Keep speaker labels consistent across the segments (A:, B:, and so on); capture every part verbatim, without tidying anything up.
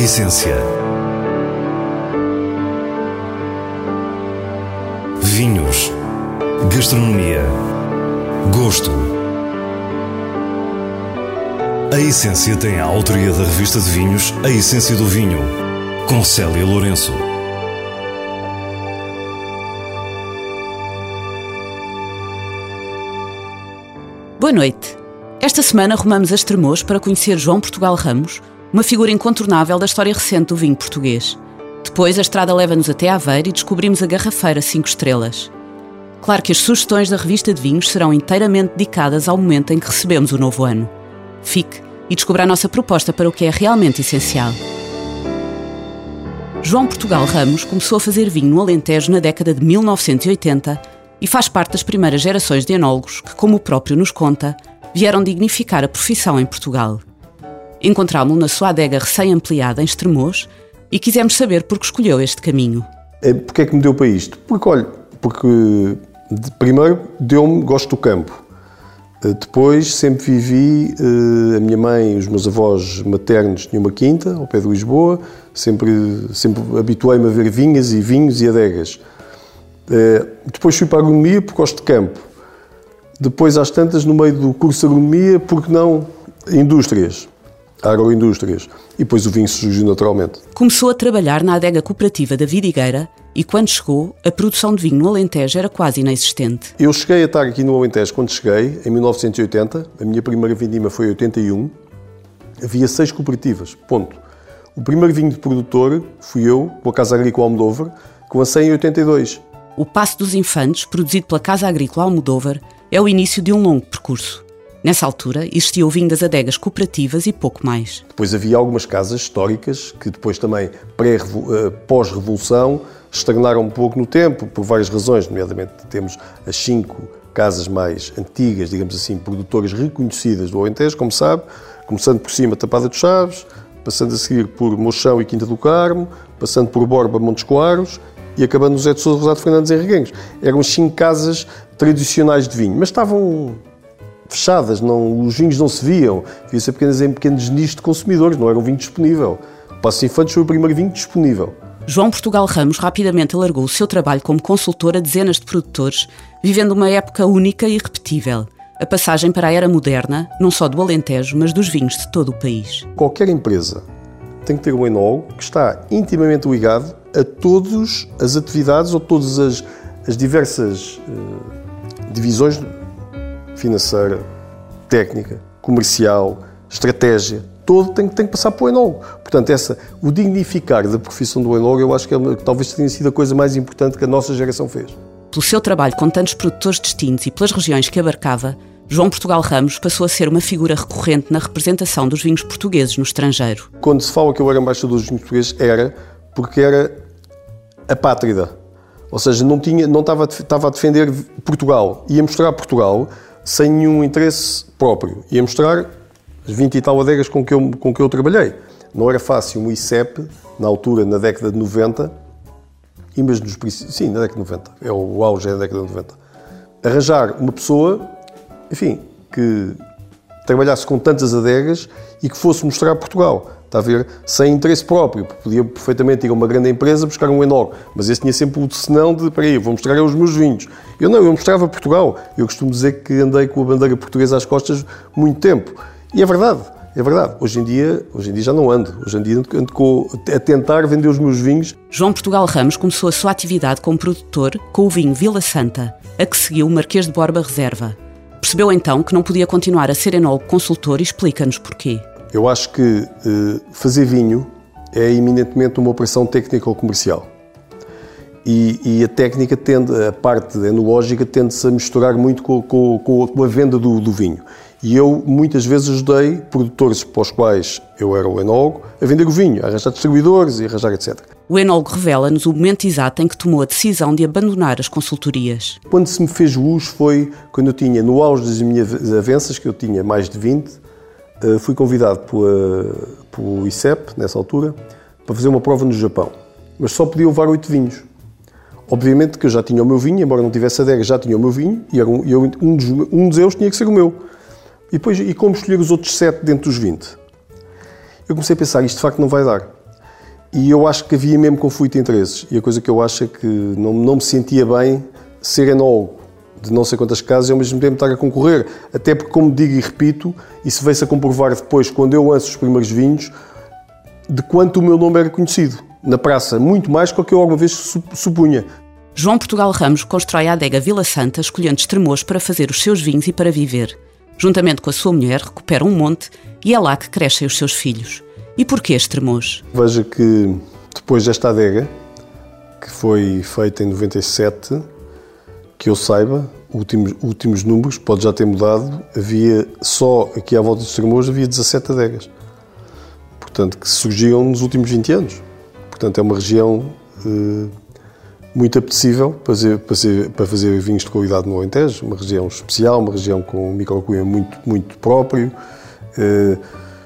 A: essência. Vinhos. Gastronomia. Gosto. A Essência tem a autoria da revista de vinhos A Essência do Vinho, com Célia Lourenço.
B: Boa noite. Esta semana rumamos a Estremoz para conhecer João Portugal Ramos, uma figura incontornável da história recente do vinho português. Depois, a estrada leva-nos até Aveiro e descobrimos a Garrafeira cinco estrelas. Claro que as sugestões da revista de vinhos serão inteiramente dedicadas ao momento em que recebemos o novo ano. Fique e descubra a nossa proposta para o que é realmente essencial. João Portugal Ramos começou a fazer vinho no Alentejo na década de mil novecentos e oitenta e faz parte das primeiras gerações de enólogos que, como o próprio nos conta, vieram dignificar a profissão em Portugal. Encontrámo-lo na sua adega recém-ampliada em Estremoz e quisemos saber por que escolheu este caminho.
C: Porquê é que me deu para isto? Porque, olha, porque primeiro deu-me gosto do campo. Depois sempre vivi, a minha mãe e os meus avós maternos tinham uma quinta ao pé de Lisboa, sempre, sempre habituei-me a ver vinhas e vinhos e adegas. Depois fui para a agronomia porque gosto de campo. Depois, às tantas, no meio do curso de agronomia, porque não indústrias, agroindústrias. E depois o vinho surgiu naturalmente.
B: Começou a trabalhar na adega cooperativa da Vidigueira e, quando chegou, a produção de vinho no Alentejo era quase inexistente.
C: Eu cheguei a estar aqui no Alentejo quando cheguei, em mil novecentos e oitenta. A minha primeira vindima foi em oitenta e um. Havia seis cooperativas, ponto. O primeiro vinho de produtor fui eu, com a Casa Agrícola Almodóvar, com a cem em oitenta e dois.
B: O Passo dos Infantes, produzido pela Casa Agrícola Almodóvar, é o início de um longo percurso. Nessa altura, existia o vinho das adegas cooperativas e pouco mais.
C: Depois havia algumas casas históricas que depois também, pós-revolução, estagnaram um pouco no tempo, por várias razões, nomeadamente temos as cinco casas mais antigas, digamos assim, produtoras reconhecidas do Alentejo, como sabe, começando por cima Tapada dos Chaves, passando a seguir por Mochão e Quinta do Carmo, passando por Borba, Montes Claros e acabando no Zé de Sousa Rosado Fernandes em Reguengos. Eram as cinco casas tradicionais de vinho, mas estavam fechadas, não, os vinhos não se viam, via-se apenas em pequenos nichos de consumidores, não era um vinho disponível. O Passo dos Infantes foi o primeiro vinho disponível.
B: João Portugal Ramos rapidamente alargou o seu trabalho como consultor a dezenas de produtores, vivendo uma época única e irrepetível. A passagem para a era moderna, não só do Alentejo, mas dos vinhos de todo o país.
C: Qualquer empresa tem que ter um enólogo que está intimamente ligado a todas as atividades ou todas as, as diversas uh, divisões financeira, técnica, comercial, estratégia, todo tem, tem que passar para o enólogo. Portanto, essa, o dignificar da profissão do enólogo, eu acho que, é, que talvez tenha sido a coisa mais importante que a nossa geração fez.
B: Pelo seu trabalho com tantos produtores distintos e pelas regiões que abarcava, João Portugal Ramos passou a ser uma figura recorrente na representação dos vinhos portugueses no estrangeiro.
C: Quando se fala que eu era embaixador dos vinhos portugueses, era porque era apátrida. Ou seja, não, tinha, não estava, estava a defender Portugal. Ia mostrar Portugal sem nenhum interesse próprio. Ia mostrar as vinte e tal adegas com que eu, com que eu trabalhei. Não era fácil o I C E P, na altura, na década de noventa, e mesmo nos princípios, sim, na década de noventa, é o auge da década de noventa, arranjar uma pessoa, enfim, que trabalhasse com tantas adegas e que fosse mostrar Portugal. Está a ver? Sem interesse próprio. Podia perfeitamente ir a uma grande empresa buscar um enólogo, mas esse tinha sempre o senão de, espera aí, vou mostrar os meus vinhos. Eu não, eu mostrava Portugal. Eu costumo dizer que andei com a bandeira portuguesa às costas muito tempo. E é verdade, é verdade. Hoje em dia, hoje em dia já não ando. Hoje em dia ando com, a tentar vender os meus vinhos.
B: João Portugal Ramos começou a sua atividade como produtor com o vinho Vila Santa, a que seguiu o Marquês de Borba Reserva. Percebeu então que não podia continuar a ser enólogo consultor e explica-nos porquê.
C: Eu acho que uh, fazer vinho é eminentemente uma operação técnico-comercial. E, e a técnica tende, a parte enológica tende-se a misturar muito com, com, com a venda do, do vinho. E eu muitas vezes ajudei produtores para os quais eu era o enólogo a vender o vinho, a arranjar distribuidores e arranjar etcétera.
B: O enólogo revela-nos o momento exato em que tomou a decisão de abandonar as consultorias.
C: Quando se me fez luz foi quando eu tinha, no auge das minhas avanças, que eu tinha mais de vinte, fui convidado pelo I C E P, nessa altura, para fazer uma prova no Japão. Mas só podia levar oito vinhos. Obviamente que eu já tinha o meu vinho, embora não tivesse adega, já tinha o meu vinho, e um, eu, um, dos, um dos eles tinha que ser o meu. E depois, e como escolher os outros sete dentro dos vinte? Eu comecei a pensar, isto de facto não vai dar. E eu acho que havia mesmo conflito de interesses. E a coisa que eu acho é que não, não me sentia bem ser enólogo de não sei quantas casas e ao mesmo tempo estar a concorrer. Até porque, como digo e repito, isso veio-se a comprovar depois, quando eu lanço os primeiros vinhos, de quanto o meu nome era conhecido na praça. Muito mais do que eu alguma vez supunha.
B: João Portugal Ramos constrói a adega Vila Santa escolhendo Estremoz para fazer os seus vinhos e para viver. Juntamente com a sua mulher, recupera um monte e é lá que crescem os seus filhos. E porquê Estremoz?
C: Veja que depois desta adega, que foi feita em noventa e sete, que eu saiba, últimos, últimos números, pode já ter mudado, havia só aqui à volta de Estremoz havia dezassete adegas. Portanto, que surgiram nos últimos vinte anos. Portanto, é uma região eh, muito apetecível para fazer, para, fazer, para fazer vinhos de qualidade no Alentejo, uma região especial, uma região com um microclima muito, muito próprio. Eh,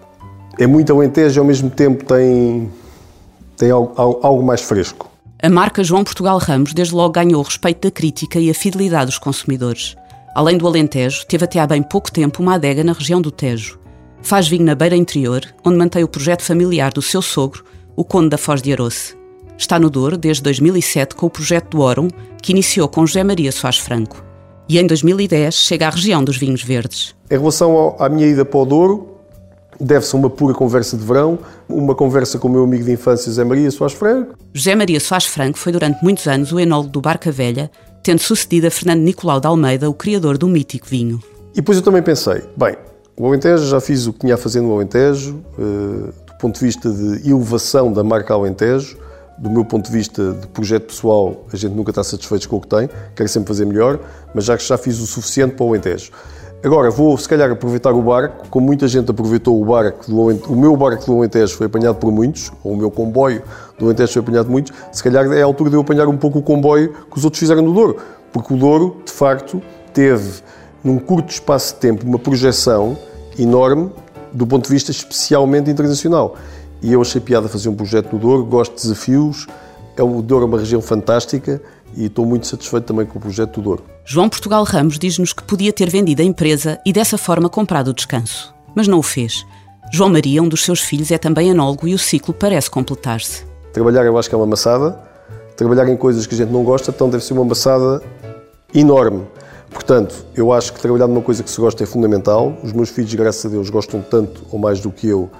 C: é muito Alentejo e ao mesmo tempo tem, tem algo, algo mais fresco.
B: A marca João Portugal Ramos desde logo ganhou o respeito da crítica e a fidelidade dos consumidores. Além do Alentejo, teve até há bem pouco tempo uma adega na região do Tejo. Faz vinho na Beira Interior, onde mantém o projeto familiar do seu sogro, o Conde da Foz de Aroce. Está no Douro desde dois mil e sete com o projeto do Órum, que iniciou com José Maria Soares Franco. E em dois mil e dez chega à região dos vinhos verdes.
C: Em relação ao, à minha ida para o Douro, deve-se a uma pura conversa de verão, uma conversa com o meu amigo de infância, José Maria Soares Franco.
B: José Maria Soares Franco foi durante muitos anos o enólogo do Barca Velha, tendo sucedido a Fernando Nicolau de Almeida, o criador do mítico vinho.
C: E depois eu também pensei, bem, o Alentejo, já fiz o que tinha a fazer no Alentejo, uh, do ponto de vista de elevação da marca Alentejo, do meu ponto de vista de projeto pessoal, a gente nunca está satisfeito com o que tem, quero sempre fazer melhor, mas já que já fiz o suficiente para o Alentejo. Agora vou, se calhar, aproveitar o barco, como muita gente aproveitou o barco, do Alentejo, o meu barco do Alentejo foi apanhado por muitos, ou o meu comboio do Alentejo foi apanhado por muitos, se calhar é a altura de eu apanhar um pouco o comboio que os outros fizeram no Douro, porque o Douro, de facto, teve, num curto espaço de tempo, uma projeção enorme do ponto de vista especialmente internacional. E eu achei piada fazer um projeto no Douro, gosto de desafios, é o Douro é uma região fantástica e estou muito satisfeito também com o projeto do Douro.
B: João Portugal Ramos diz-nos que podia ter vendido a empresa e dessa forma comprado o descanso, mas não o fez. João Maria, um dos seus filhos, é também enólogo e o ciclo parece completar-se.
C: Trabalhar eu acho que é uma maçada, trabalhar em coisas que a gente não gosta, então deve ser uma maçada enorme. Portanto, eu acho que trabalhar numa coisa que se gosta é fundamental. Os meus filhos, graças a Deus, gostam tanto ou mais do que eu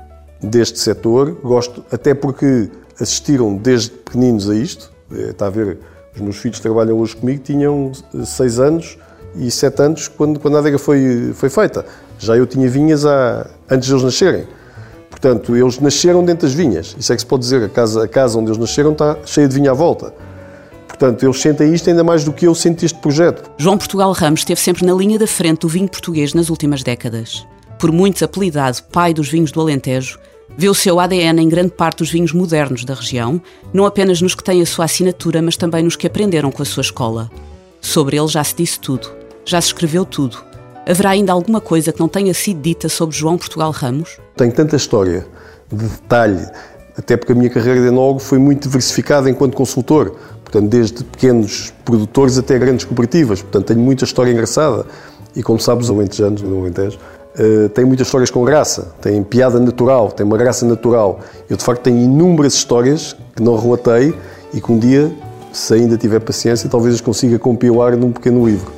C: deste setor. Gosto, até porque assistiram desde pequeninos a isto. Está a ver, os meus filhos trabalham hoje comigo, tinham seis anos e sete anos quando, quando a adega foi, foi feita. Já eu tinha vinhas há, antes de eles nascerem. Portanto, eles nasceram dentro das vinhas. Isso é que se pode dizer, a casa, a casa onde eles nasceram está cheia de vinho à volta. Portanto, eles sentem isto ainda mais do que eu sinto este projeto.
B: João Portugal Ramos esteve sempre na linha da frente do vinho português nas últimas décadas. Por muitos apelidado pai dos vinhos do Alentejo, vê o seu A D N em grande parte dos vinhos modernos da região, não apenas nos que têm a sua assinatura, mas também nos que aprenderam com a sua escola. Sobre ele já se disse tudo, já se escreveu tudo. Haverá ainda alguma coisa que não tenha sido dita sobre João Portugal Ramos?
C: Tenho tanta história de detalhe, até porque a minha carreira de enólogo foi muito diversificada enquanto consultor. Portanto, desde pequenos produtores até grandes cooperativas. Portanto, tenho muita história engraçada. E como sabes, os alentejanos no Alentejo uh, têm muitas histórias com graça, têm piada natural, têm uma graça natural. Eu, de facto, tenho inúmeras histórias que não relatei e que um dia, se ainda tiver paciência, talvez as consiga compilar num pequeno livro.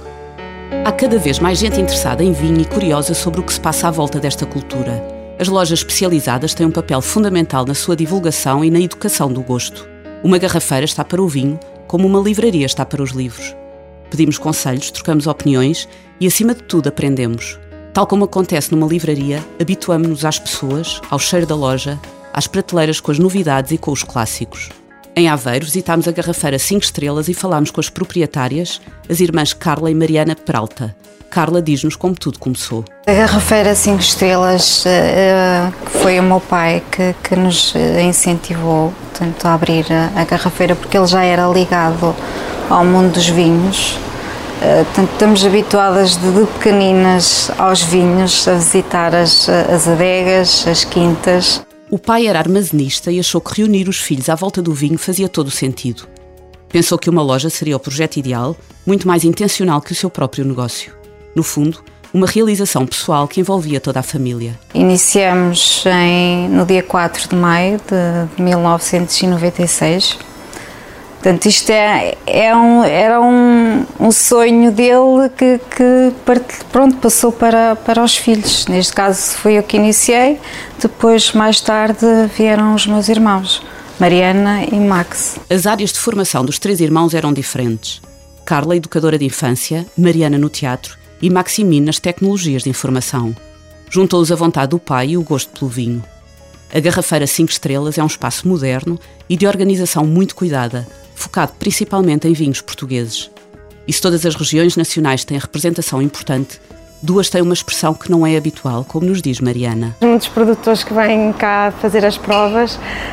B: Há cada vez mais gente interessada em vinho e curiosa sobre o que se passa à volta desta cultura. As lojas especializadas têm um papel fundamental na sua divulgação e na educação do gosto. Uma garrafeira está para o vinho, como uma livraria está para os livros. Pedimos conselhos, trocamos opiniões e, acima de tudo, aprendemos. Tal como acontece numa livraria, habituamo-nos às pessoas, ao cheiro da loja, às prateleiras com as novidades e com os clássicos. Em Aveiro, visitámos a garrafeira cinco estrelas e falámos com as proprietárias, as irmãs Carla e Mariana Peralta. Carla diz-nos como tudo começou.
D: A garrafeira cinco estrelas uh, foi o meu pai que, que nos incentivou tanto a abrir a, a garrafeira, porque ele já era ligado ao mundo dos vinhos. Uh, tanto estamos habituadas de, de pequeninas aos vinhos, a visitar as, as adegas, as quintas.
B: O pai era armazenista e achou que reunir os filhos à volta do vinho fazia todo o sentido. Pensou que uma loja seria o projeto ideal, muito mais intencional que o seu próprio negócio. No fundo, uma realização pessoal que envolvia toda a família.
D: Iniciamos em, no dia quatro de maio de mil novecentos e noventa e seis. Portanto, isto é, é um, era um, um sonho dele que, que pronto, passou para, para os filhos. Neste caso fui eu que iniciei, depois mais tarde vieram os meus irmãos, Mariana e Max.
B: As áreas de formação dos três irmãos eram diferentes. Carla, educadora de infância, Mariana no teatro e Maximine nas tecnologias de informação. Juntou-os a vontade do pai e o gosto pelo vinho. A Garrafeira cinco Estrelas é um espaço moderno e de organização muito cuidada, focado principalmente em vinhos portugueses. E se todas as regiões nacionais têm representação importante, duas têm uma expressão que não é habitual, como nos diz Mariana.
E: Muitos produtores que vêm cá fazer as provas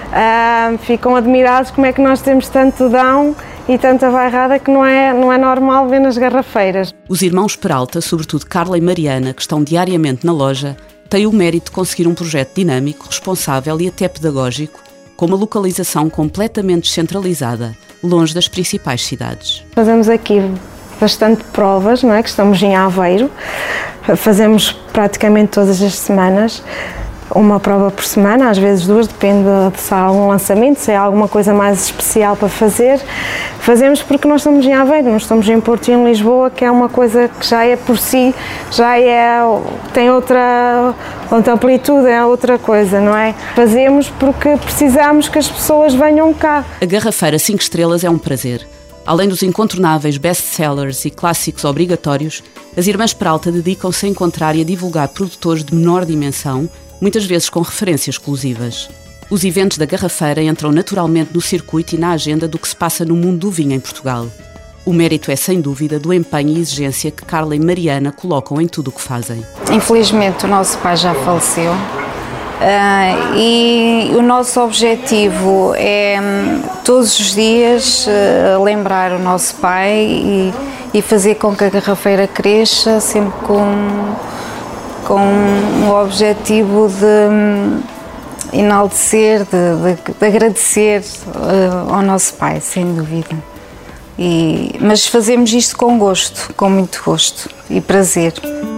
E: uh, ficam admirados como é que nós temos tanto dão e tanta bairrada que não é, não é normal ver nas garrafeiras.
B: Os irmãos Peralta, sobretudo Carla e Mariana, que estão diariamente na loja, têm o mérito de conseguir um projeto dinâmico, responsável e até pedagógico, com uma localização completamente descentralizada, longe das principais cidades.
E: Fazemos aqui bastante provas, não é? Que estamos em Aveiro, fazemos praticamente todas as semanas, uma prova por semana, às vezes duas, depende de se há algum lançamento, se há alguma coisa mais especial para fazer. Fazemos porque nós estamos em Aveiro, não estamos em Porto e em Lisboa, que é uma coisa que já é por si, já é, tem outra, outra amplitude, é outra coisa, não é? Fazemos porque precisamos que as pessoas venham cá.
B: A Garrafeira cinco Estrelas é um prazer. Além dos incontornáveis best-sellers e clássicos obrigatórios, as irmãs Peralta dedicam-se a encontrar e a divulgar produtores de menor dimensão, muitas vezes com referências exclusivas. Os eventos da Garrafeira entram naturalmente no circuito e na agenda do que se passa no mundo do vinho em Portugal. O mérito é, sem dúvida, do empenho e exigência que Carla e Mariana colocam em tudo o que fazem.
D: Infelizmente, o nosso pai já faleceu. Uh, e o nosso objetivo é todos os dias uh, lembrar o nosso pai e, e fazer com que a Garrafeira cresça, sempre com, com o objetivo de enaltecer, de, de, de agradecer uh, ao nosso pai, sem dúvida. E, mas fazemos isto com gosto, com muito gosto e prazer.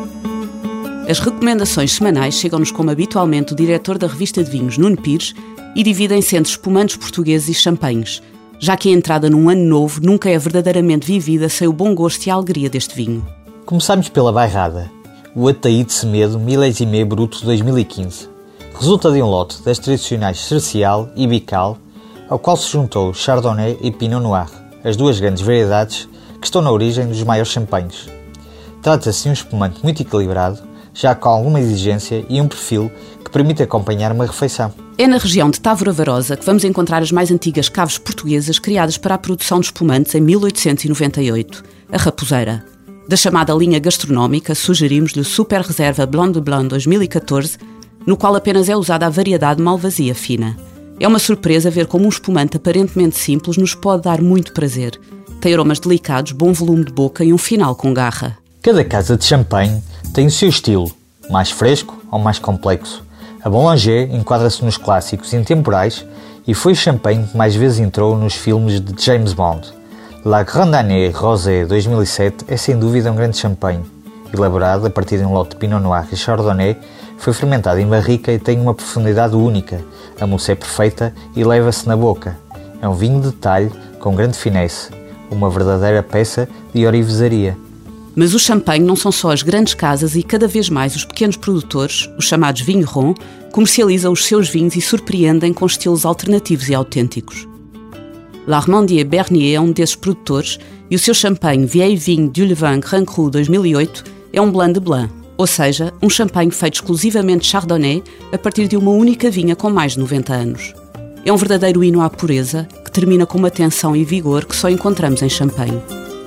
B: As recomendações semanais chegam-nos como habitualmente o diretor da revista de vinhos, Nuno Pires, e dividem-se entre espumantes portugueses e champanhes, já que a entrada num ano novo nunca é verdadeiramente vivida sem o bom gosto e a alegria deste vinho.
F: Começamos pela bairrada, o Ataíde Semedo Milésime Bruto dois mil e quinze. Resulta de um lote das tradicionais Cercial e Bical, ao qual se juntou Chardonnay e Pinot Noir, as duas grandes variedades que estão na origem dos maiores champanhes. Trata-se de um espumante muito equilibrado, já com alguma exigência e um perfil que permite acompanhar uma refeição.
B: É na região de Távora Varosa que vamos encontrar as mais antigas caves portuguesas criadas para a produção de espumantes em mil oitocentos e noventa e oito, a Raposeira. Da chamada linha gastronómica, sugerimos-lhe Super Reserva Blanc de Blanc dois mil e catorze, no qual apenas é usada a variedade Malvasia fina. É uma surpresa ver como um espumante aparentemente simples nos pode dar muito prazer. Tem aromas delicados, bom volume de boca e um final com garra.
F: Cada casa de champanhe tem o seu estilo, mais fresco ou mais complexo. A Boulanger enquadra-se nos clássicos intemporais e foi o champanhe que mais vezes entrou nos filmes de James Bond. La Grande Année Rosé dois mil e sete é sem dúvida um grande champanhe. Elaborado a partir de um lote de Pinot Noir e Chardonnay, foi fermentado em barrica e tem uma profundidade única, a mousse é perfeita e leva-se na boca. É um vinho de detalhe com grande finesse, uma verdadeira peça de orivesaria.
B: Mas o champanhe não são só as grandes casas e cada vez mais os pequenos produtores, os chamados vignerons, comercializam os seus vinhos e surpreendem com estilos alternativos e autênticos. L'Armandier Bernier é um desses produtores e o seu champanhe Vieille Vigne du Levain Grand Cru dois mil e oito é um Blanc de Blanc, ou seja, um champanhe feito exclusivamente Chardonnay a partir de uma única vinha com mais de noventa anos. É um verdadeiro hino à pureza que termina com uma tensão e vigor que só encontramos em champanhe.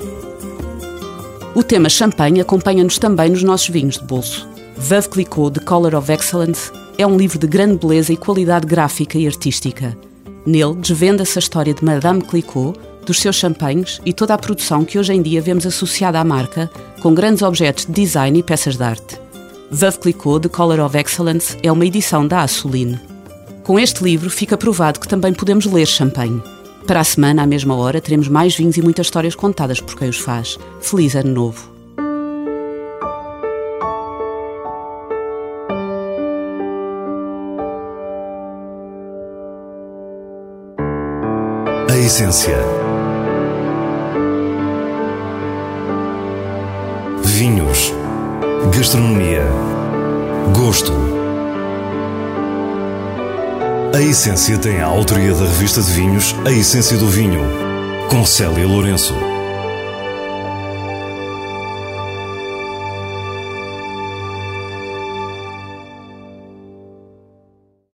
B: O tema champanhe acompanha-nos também nos nossos vinhos de bolso. Veuve Clicquot, The Color of Excellence, é um livro de grande beleza e qualidade gráfica e artística. Nele desvenda-se a história de Madame Clicquot, dos seus champanhes e toda a produção que hoje em dia vemos associada à marca, com grandes objetos de design e peças de arte. Veuve Clicquot, The Color of Excellence, é uma edição da Assoline. Com este livro fica provado que também podemos ler champanhe. Para a semana, à mesma hora, teremos mais vinhos e muitas histórias contadas por quem os faz. Feliz Ano Novo!
A: essência. Vinhos. Gastronomia. Gosto. A Essência tem a autoria da revista de vinhos A Essência do Vinho, com Célia Lourenço.